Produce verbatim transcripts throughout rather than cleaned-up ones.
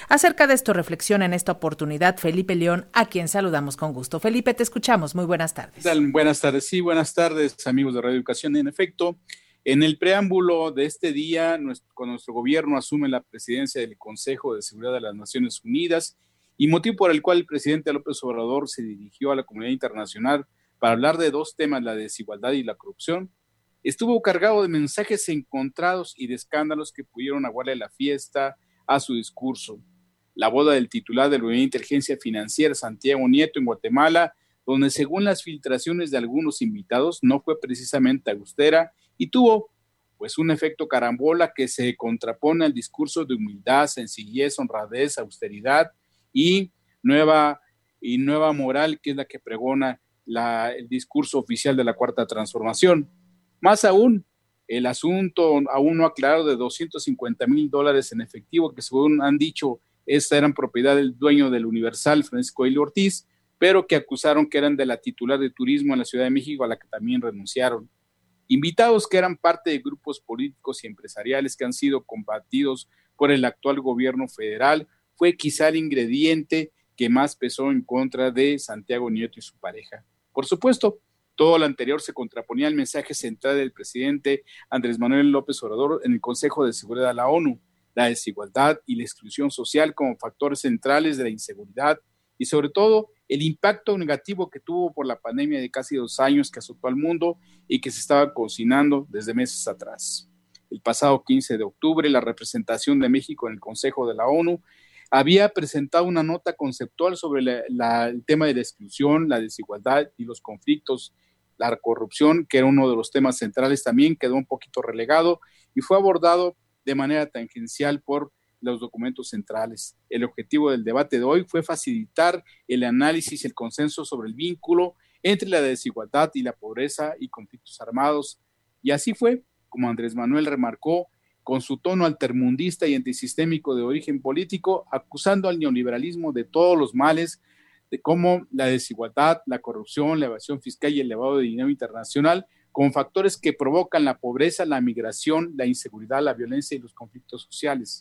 Acerca de esto reflexiona en esta oportunidad Felipe León, a quien saludamos con gusto. Felipe, te escuchamos. Muy buenas tardes. ¿Qué tal? Buenas tardes. Sí, buenas tardes, amigos de Radio Educación. En efecto, en el preámbulo de este día, nuestro, con nuestro gobierno asume la presidencia del Consejo de Seguridad de las Naciones Unidas, y motivo por el cual el presidente López Obrador se dirigió a la comunidad internacional para hablar de dos temas, la desigualdad y la corrupción. Estuvo cargado de mensajes encontrados y de escándalos que pudieron aguarle la fiesta a su discurso. La boda del titular de la Unidad de Inteligencia Financiera, Santiago Nieto, en Guatemala, donde según las filtraciones de algunos invitados no fue precisamente austera y tuvo pues un efecto carambola que se contrapone al discurso de humildad, sencillez, honradez, austeridad y nueva, y nueva moral, que es la que pregona la, el discurso oficial de la Cuarta Transformación. Más aún, el asunto aún no aclarado de doscientos cincuenta mil dólares en efectivo, que según han dicho, esta eran propiedad del dueño del Universal, Francisco Elio Ortiz, pero que acusaron que eran de la titular de turismo en la Ciudad de México, a la que también renunciaron. Invitados que eran parte de grupos políticos y empresariales que han sido combatidos por el actual gobierno federal, fue quizá el ingrediente que más pesó en contra de Santiago Nieto y su pareja. Por supuesto, todo lo anterior se contraponía al mensaje central del presidente Andrés Manuel López Obrador en el Consejo de Seguridad de la ONU, la desigualdad y la exclusión social como factores centrales de la inseguridad, y sobre todo el impacto negativo que tuvo por la pandemia de casi dos años que azotó al mundo y que se estaba cocinando desde meses atrás. El pasado quince de octubre, la representación de México en el Consejo de la ONU había presentado una nota conceptual sobre la, la, el tema de la exclusión, la desigualdad y los conflictos. La corrupción, que era uno de los temas centrales, también quedó un poquito relegado y fue abordado de manera tangencial por los documentos centrales. El objetivo del debate de hoy fue facilitar el análisis y el consenso sobre el vínculo entre la desigualdad y la pobreza y conflictos armados. Y así fue como Andrés Manuel remarcó, con su tono altermundista y antisistémico de origen político, acusando al neoliberalismo de todos los males, de cómo la desigualdad, la corrupción, la evasión fiscal y el lavado de dinero internacional como factores que provocan la pobreza, la migración, la inseguridad, la violencia y los conflictos sociales.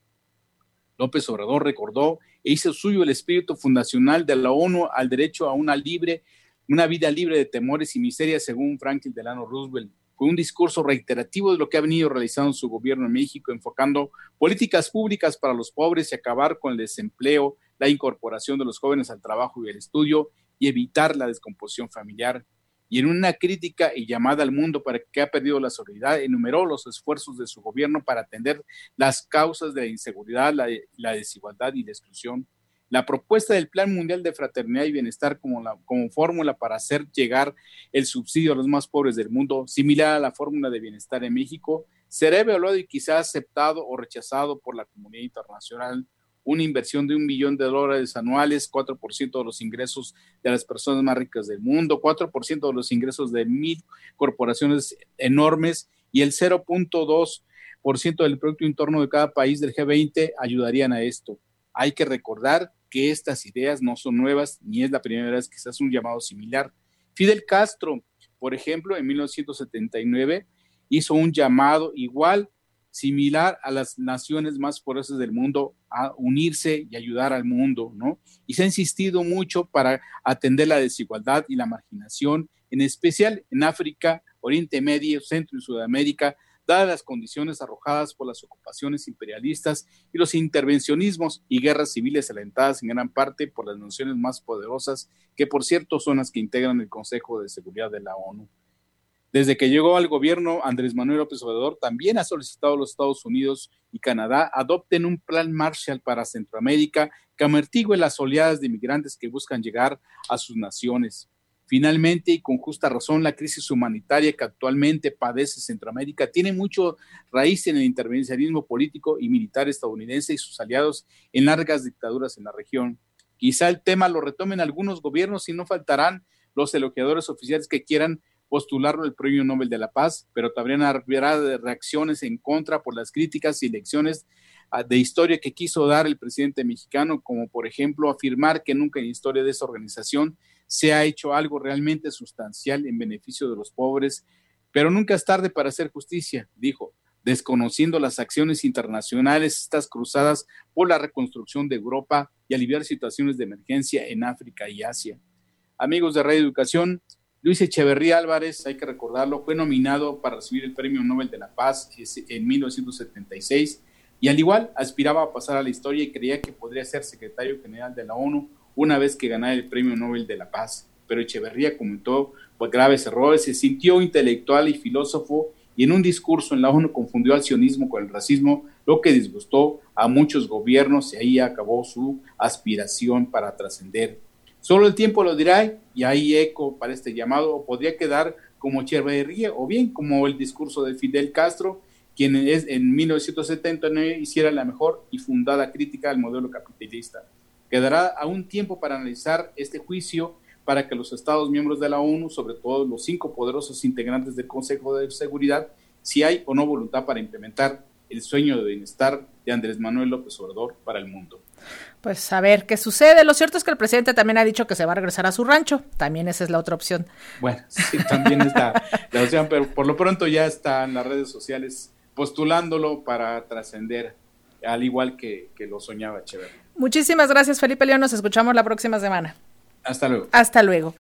López Obrador recordó e hizo suyo el espíritu fundacional de la ONU al derecho a una libre, una vida libre de temores y miserias, según Franklin Delano Roosevelt. Fue un discurso reiterativo de lo que ha venido realizando su gobierno en México, enfocando políticas públicas para los pobres y acabar con el desempleo, la incorporación de los jóvenes al trabajo y al estudio y evitar la descomposición familiar. Y en una crítica y llamada al mundo para que ha perdido la solidaridad, enumeró los esfuerzos de su gobierno para atender las causas de la inseguridad, la, la desigualdad y la exclusión. La propuesta del Plan Mundial de Fraternidad y Bienestar como, la, como fórmula para hacer llegar el subsidio a los más pobres del mundo, similar a la fórmula de bienestar en México, será evaluado y quizás aceptado o rechazado por la comunidad internacional. Una inversión de un millón de dólares anuales, cuatro por ciento de los ingresos de las personas más ricas del mundo, cuatro por ciento de los ingresos de mil corporaciones enormes y el cero punto dos por ciento del Producto Interno de cada país del G veinte ayudarían a esto. Hay que recordar que estas ideas no son nuevas, ni es la primera vez que se hace un llamado similar. Fidel Castro, por ejemplo, en mil novecientos setenta y nueve hizo un llamado igual, similar a las naciones más poderosas del mundo, a unirse y ayudar al mundo, ¿no? Y se ha insistido mucho para atender la desigualdad y la marginación, en especial en África, Oriente Medio, Centro y Sudamérica, dadas las condiciones arrojadas por las ocupaciones imperialistas y los intervencionismos y guerras civiles alentadas en gran parte por las naciones más poderosas, que por cierto son las que integran el Consejo de Seguridad de la ONU. Desde que llegó al gobierno, Andrés Manuel López Obrador también ha solicitado a los Estados Unidos y Canadá adopten un plan Marshall para Centroamérica que amortigue las oleadas de inmigrantes que buscan llegar a sus naciones. Finalmente, y con justa razón, la crisis humanitaria que actualmente padece Centroamérica tiene mucho raíz en el intervencionismo político y militar estadounidense y sus aliados en largas dictaduras en la región. Quizá el tema lo retomen algunos gobiernos y no faltarán los elogiadores oficiales que quieran postularlo al Premio Nobel de la Paz, pero también habrá reacciones en contra por las críticas y lecciones de historia que quiso dar el presidente mexicano, como por ejemplo afirmar que nunca en la historia de esa organización se ha hecho algo realmente sustancial en beneficio de los pobres, pero nunca es tarde para hacer justicia, dijo. desconociendo las acciones internacionales, estas cruzadas por la reconstrucción de Europa y aliviar situaciones de emergencia en África y Asia. Amigos de Radio Educación, Luis Echeverría Álvarez, hay que recordarlo, fue nominado para recibir el Premio Nobel de la Paz en mil novecientos setenta y seis y al igual aspiraba a pasar a la historia y creía que podría ser secretario general de la ONU una vez que ganara el Premio Nobel de la Paz. Pero Echeverría comentó pues, graves errores, se sintió intelectual y filósofo y en un discurso en la ONU confundió al sionismo con el racismo, lo que disgustó a muchos gobiernos y ahí acabó su aspiración para trascender. Solo el tiempo lo dirá y hay eco para este llamado, o podría quedar como Echeverría o bien como el discurso de Fidel Castro, quien es, en mil novecientos setenta y nueve hiciera la mejor y fundada crítica al modelo capitalista. Quedará aún tiempo para analizar este juicio para que los Estados miembros de la ONU, sobre todo los cinco poderosos integrantes del Consejo de Seguridad, si hay o no voluntad para implementar el sueño de bienestar de Andrés Manuel López Obrador para el mundo. Pues a ver qué sucede. Lo cierto es que el presidente también ha dicho que se va a regresar a su rancho. También esa es la otra opción. Bueno, sí, también está la opción, pero por lo pronto ya está en las redes sociales postulándolo para trascender, al igual que, que lo soñaba Echeverría. Muchísimas gracias, Felipe León. Nos escuchamos la próxima semana. Hasta luego. Hasta luego.